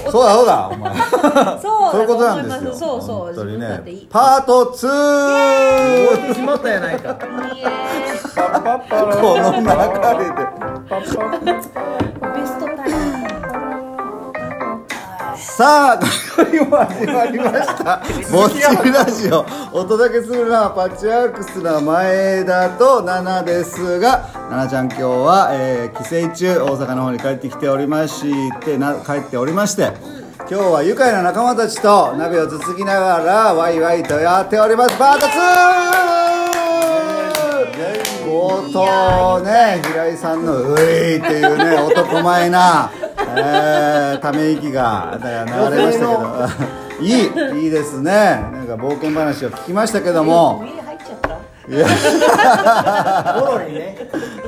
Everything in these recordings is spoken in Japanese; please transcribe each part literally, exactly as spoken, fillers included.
そうだそうだお前そうそういうことなんですよ。 そうそう本当にねいいパートツー終わってしまったやないか。 この流れでベストタイム。 さあここにも始まりましたぼっちりラジオ。お届けするのはパッチワークスの前田とナナですが、ナナちゃん今日は、えー、帰省中大阪の方に帰ってきておりましてな帰っておりまして今日は愉快な仲間たちと鍋をつつきながらワイワイとやっております。パートツー冒頭ね平井さんのういっていうね男前な、えー、ため息が流れましたけどいいいいですね。なんか冒険話を聞きましたけども家入っちゃった。 いやゴロリね。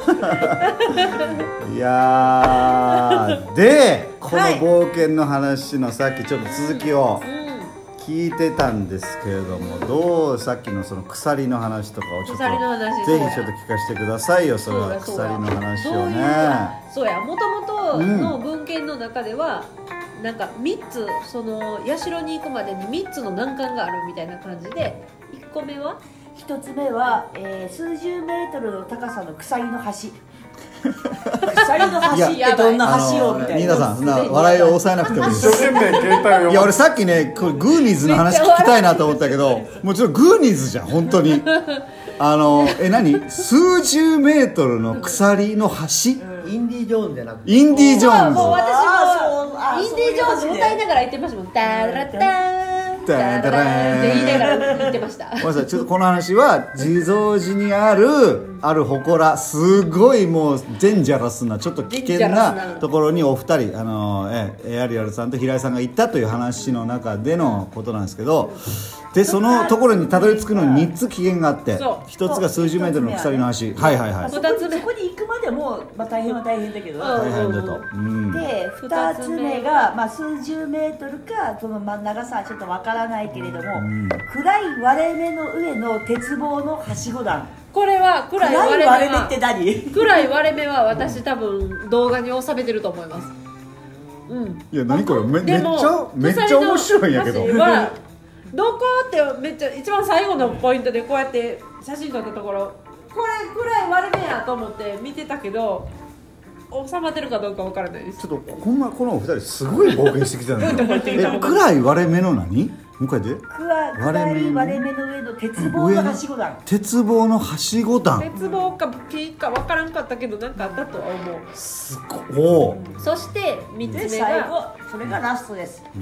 いやでこの冒険の話のさっきちょっと続きを聞いてたんですけれども、どうさっきのその鎖の話とかをちょっと鎖の話ぜひちょっと聞かせてくださいよ。それは鎖の話をね。 そうや、もともとの文献の中では、うん、なんかみっつその社に行くまでにみっつの難関があるみたいな感じで、いっこめはひとつめは、えー、数十メートルの高さの鎖の橋鎖の橋ってどんな橋をみたいな。 新田さんそんな笑いを抑えなくてもいいです。 一生懸命携帯を読む。 いや俺さっきねこれグーニーズの話聞きたいなと思ったけどもちろんグーニーズじゃん本当にあのえ何数十メートルの鎖の橋、 インディ・ジョーンズじゃなくてインディ・ジョーンズ。 もう私あもインディ・ジョーンズ歌いながら言ってましたもん。タラッタータラタラーって言いながら言ってました。 ごめんなさいちょっとこの話は地蔵寺にあるある祠すごいもうデンジャラスなちょっと危険なところにお二人あのえエアリアルさんと平井さんが行ったという話の中でのことなんですけど、でそのところにたどり着くのにみっつ起源があってひとつが数十メートルの鎖の橋、はいはいはい、 そこにそこに行くまでも、まあ、大変は大変だけど、 大変だと、うん、 でふたつめが、まあ、数十メートルかその、まあ、長さはちょっとわからないけれども、うん、暗い割れ目の上の鉄棒のはしご段。 これは暗い割れ目は暗い割れ目って何？ 暗い割れ目は私多分動画に収めてると思います。うん。 いや何これ め, めっちゃめっちゃ面白いんやけど。 どこってめっちゃ一番最後のポイントでこうやって写真撮ったところ、これ暗い割れ目やと思って見てたけど収まってるかどうかわからないです。 ちょっとこんなこのお二人すごい冒険してきたね。え暗い割れ目の何？もう一回で暗い割れ目の上の鉄棒のはしご段。 鉄棒のはしご段。 鉄棒か木か分からんかったけどなんかあったとは思う。 すごい。 そしてみっつめが最後それがラストです、うん、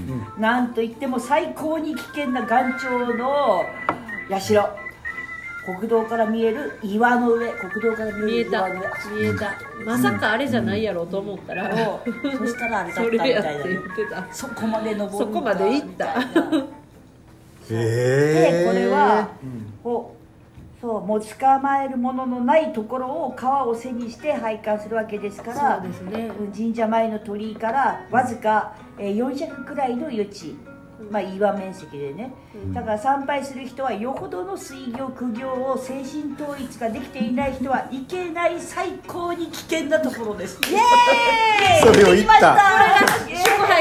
なんといっても最高に危険な岩頂の社、国道から見える岩の上、国道から見える岩の上見えたまさかあれじゃないやろうと思ったら、 うん、そしたらあれだったみたいな、ね、 それやって言ってた。 そこまで登るそこまで行ったへえ。 でこれは、うん、こうそうもう捕まえるもののないところを川を背にして拝観するわけですから、 そうですね、 神社前の鳥居からわずかよん尺くらいの余地、まあ、岩面積でね、うん、だから参拝する人はよほどの水行苦行を精神統一ができていない人は行けない最高に危険なところです。イエーイそれを言った。 祝杯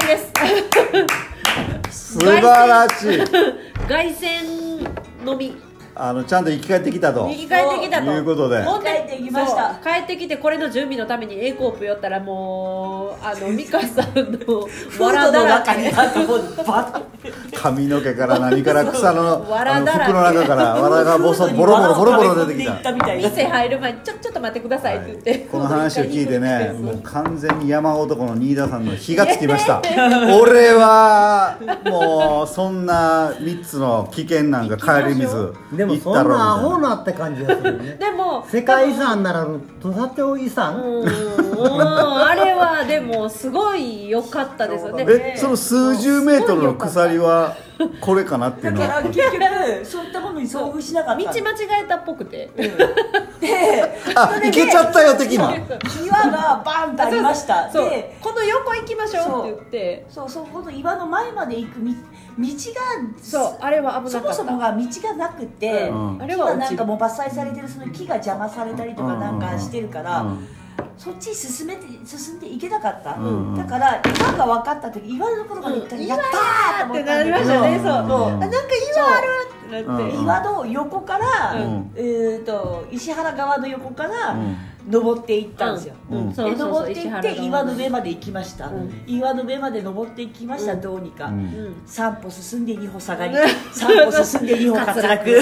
です素晴らしい凱旋のみあのちゃんと生き返ってきたと生き返ってきたということで帰ってきました。 帰ってきてこれの準備のために A コープ寄ったらもうあの美香さんのわらだらけ髪の毛から何から草のわらだらけ服の中からわらがボソボロボロボロボロ出てきた。 店入る前にちょちょっと待ってくださいって言って、はい、 この話を聞いてねもう完全に山男の新田さんの火がつきました俺はもうそんなみっつの危険なんか帰り水でもそんなアホなって感じがするねでも世界遺産ならぬ土佐町遺産あれはでもすごい良かったですよね。 えその数十メートルの鎖はこれかなっていうのはだから結局そういったものに遭遇しなかった。 道間違えたっぽくて、うん、 であ行けちゃったよ的な岩がバーンとありましたそうでこの横行きましょうって言ってそうそうこの岩の前まで行く道道がそうあれは危なかった。 そもそもが道がなくて、 うん、あれははなんかもう伐採されてるその木が邪魔されたりとかなんかしてるから、うんうん、 そっちに進めて進んでいけなかった、 うんだから岩が分かった時岩のところまで行ったら、 うんやったーと思ってったんだけどなりましたね。そう。 うんあなんか岩あるってなって。 うん岩の横から、 うんえー、と石原川の横から、 うん登っていったんですよ、 うんそうそうそうで登っていって石原川の岩の上まで行きました、 うん岩の上まで登っていきました、 うんどうにか、 うんうんさん歩進んでに歩下がりうんさん歩進んでに歩滑落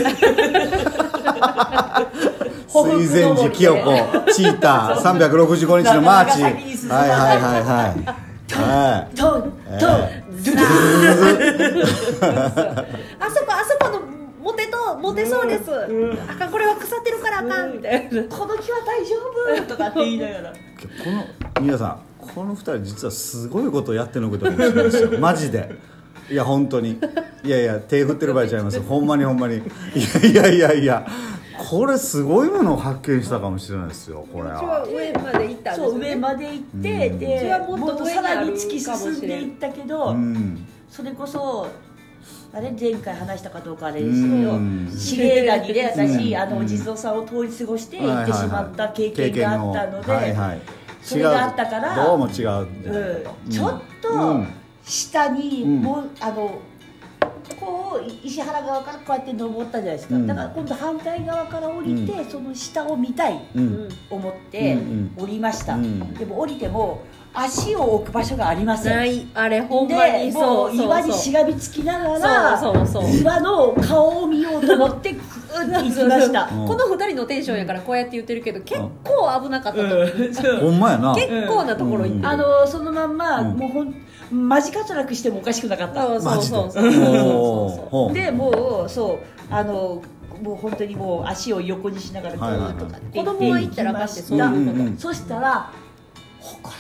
水前寺清子チーターさんびゃくろくじゅうごにちのマーチ。はい長崎に進んだはいはいはいはいトントンえドゥドゥあそこあそこのモテとモテそうです。あかんこれは腐ってるからあかんみたいな。 この木は大丈夫とかって言いながらこの皆さんこのふたり実はすごいことをやってのことかもしれないですよマジで。いや本当にいやいや手振ってる場合ちゃいますほんまにほんまにいやいやいやいやこれすごいものを発見したかもしれないですよこれうちはは。 上まで行ったんですそうよね。 上まで行って、 うんでうちはもっともっと上にさらあるに突き進んでいったけど、 うんそれこそあれ前回話したかどうかあれですけどうん指令団にね私、 うんあのお地蔵さんを通り過ごして行ってしまった経験があったので、 はいはい、 それがあったから違うどうも違うんじゃないかと、 うんちょっとうん下にうんもう、あのこう石原側からこうやって登ったじゃないですか、 うんだから今度反対側から降りて、その下を見たいうん思ってうんうん降りました、 うんでも降りても足を置く場所がありませんないあれほんまにでもそううそう岩にそうしがみつきながらそうそうそう岩の顔を見ようと思ってグーって行きましたうんこのふたりのテンションやからこうやって言ってるけど結構危なかったと思う、 うんほんまやな。 結構なところ行ってる、 あのそのまんま、 うんもうほんマジ滑落してもおかしくなかったそうそうそうそうマジでそうそうおーでもうそうあのもう本当にもう足を横にしながらグはいはいはいーッとかって言子って供は行ったらあかんってそういうこと、 うんうんうんそしたらほこ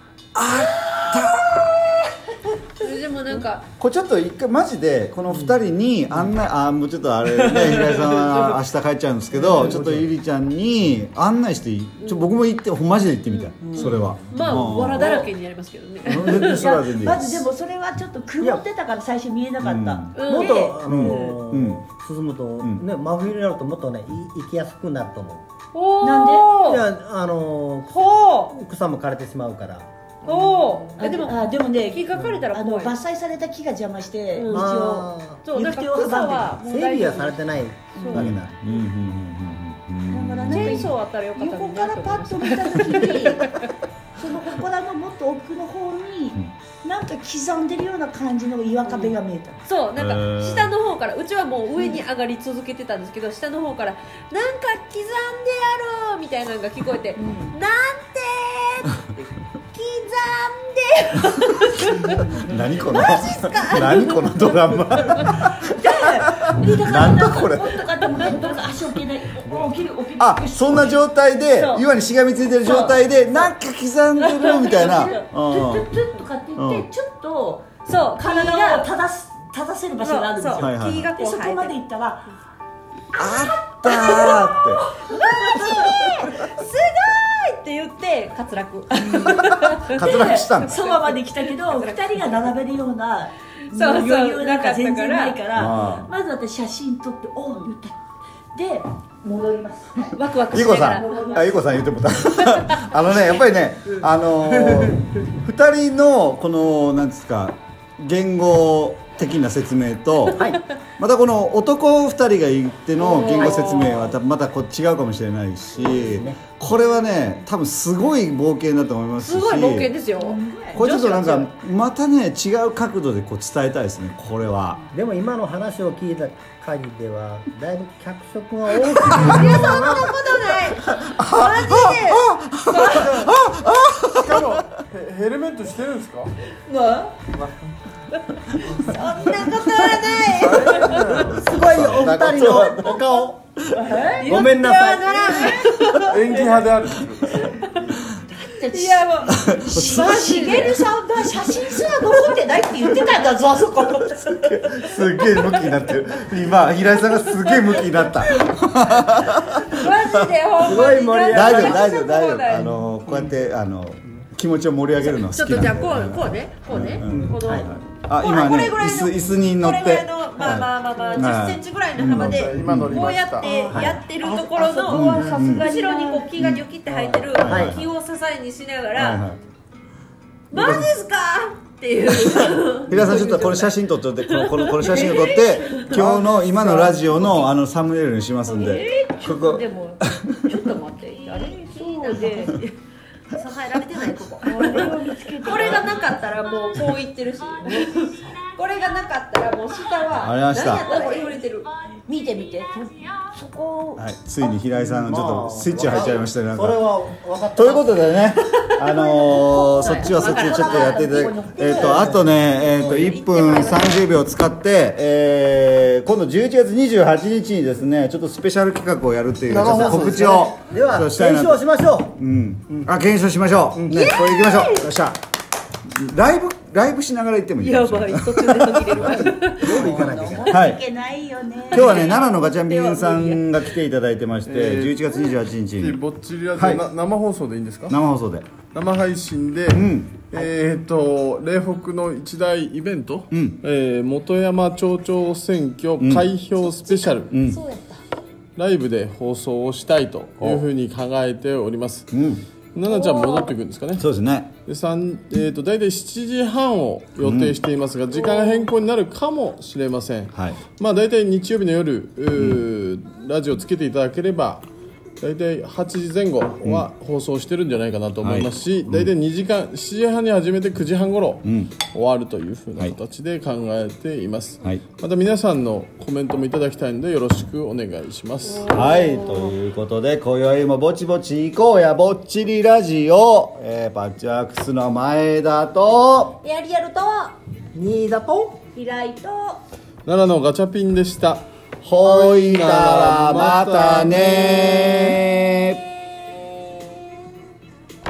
でもなんかこれちょっと一回マジでこの二人に案内、あーもうちょっとあれね平井さんは明日帰っちゃうんですけど、ちょっとゆりちゃんに案内していい？ちょ僕も行ってほんマジで行ってみたい、それは。 まあわらだらけになりますけどねうん全然それは全然いいまずでもそれはちょっと曇ってたから最初見えなかった、 うんもっでとあのーうん進むと、 んね真冬になるともっとねい行きやすくなると思う。 おなんでおいやあのほー草も枯れてしまうから。 うおうあでもあでもね木が枯れたらあの怖い伐採された木が邪魔してうん道をあそうなんか行く手を阻んでる草はもう整備はされてないわそうけだ。 うんうんうんうんうんだからチェーンソーあったらよかったの横からになとパッと見思いましたた時にその祠のもっと奥の方になんか刻んでるような感じの岩壁が見えた、 そうなんかへー下の方からうちはもう上に上がり続けてたんですけど、下の方からなんか刻んでやろうみたいなのが聞こえて、なんて刻んで何この何このドラマなんだこれもっとかってもねどうか足置けないお起きる起きるあそんな状態でそう岩にしがみついてる状態でなんか刻んでるみたいなトゥットゥットゥッとかって言って、 うんちょっとそう体を正す正せる場所があるんですよそうはいはいはい木がこでそこう生えてるまで行ったらあったーってすごいって言って滑落滑落したんだそばまで来たけどふたりが並べるようなそうそう余裕なんか全然ないからあーまず私写真撮っておお言ったで戻りますワクワクしゆこながらさん、あゆこさん言ってもらったあのね、やっぱりね、あのー、二人のこのなんですか言語的な説明と、またこの男二人が言っての言語説明は多分またこう違うかもしれないし、これはね多分すごい冒険だと思いますし、 すごい冒険ですよこれちょっとなんか女子はまたね違う角度でこう伝えたいですね、これは。 でも今の話を聞いた限りではだいぶ脚色が大きい。 いやそんなことないマジでしかもヘヘルメットしてるんですか？ そんなことはないすごいお二人のお顔。ごめんなさい。 演技派である。 いやもうししげるさんが写真すら残ってないって言ってたんだぞあそこすっげえ向きになってる。今平井さんがすげえ向きになった。 マジでほんまにすごい盛り上が大る丈夫大丈夫大丈夫。あのこうやってあの気持ちを盛り上げるの好きなんで。 ちょっとじゃあこうこうねこうね、この、 あ今ね椅子椅子に乗ってこれぐらいのまあまあまあまあじゅっセンチぐらいの幅で今乗りこうやましたってやってるところの後ろにこう木がニョキって生えてる木を支えにしながらマジですかっていう平さんちょっとこれ写真撮っとってこのこのこの写真を撮って今日の今のラジオのあのサムネイルにしますんで、ここでもちょっと待ってあれそうで支えられてないこここれがなかったらもうこう言ってるしこれがなかったらもう下はありました何やったらこれ触れてる見て見てそこはい、ついに平井さんのちょっとスイッチ入っちゃいましたねなんかそれは分かったということでねあのー、そっちはそっちでちょっとやっていただきえっとあとねえっといっぷんさんじゅうびょう使ってえー、今度じゅういちがつにじゅうはちにちにですねちょっとスペシャル企画をやるっていうちょっと告知をではしたいなと検証しましょう。 うんあ検証しましょう、ね、これ行きましょう。よっしゃライブライブしながら行ってもいいかやもしれないばい途中で途切れるわ夜行かなきゃいけない。 はいいけないよね今日はね奈良のガチャンビンさんが来ていただいてまして、 えーじゅういちがつにじゅうはちにちにぼっちりラジオ、 はいな生放送でいいんですか？ 生放送で生配信で、 んえーっと嶺北の一大イベント、 んえー本山町長選挙開票スペシャル、 うんライブで放送をしたいというふうに考えております。 うん奈々ちゃん戻ってくるんですかね。 そうですねでさんえー、と大体しちじはんを予定していますが、時間変更になるかもしれません、 はいまあ大体日曜日の夜、うーラジオつけていただければ大体はちじぜん後は放送してるんじゃないかなと思いますし、大体にじかんしちじはんに始めてくじはん頃終わるというふうな形で考えています、 はいまた皆さんのコメントもいただきたいのでよろしくお願いします。 はいということで今宵もぼちぼち行こうやぼっちりラジオ、えー、パッチワークスの前田とやりやると新田と平井と奈良のガチャピンでした。 ほいだらまたねー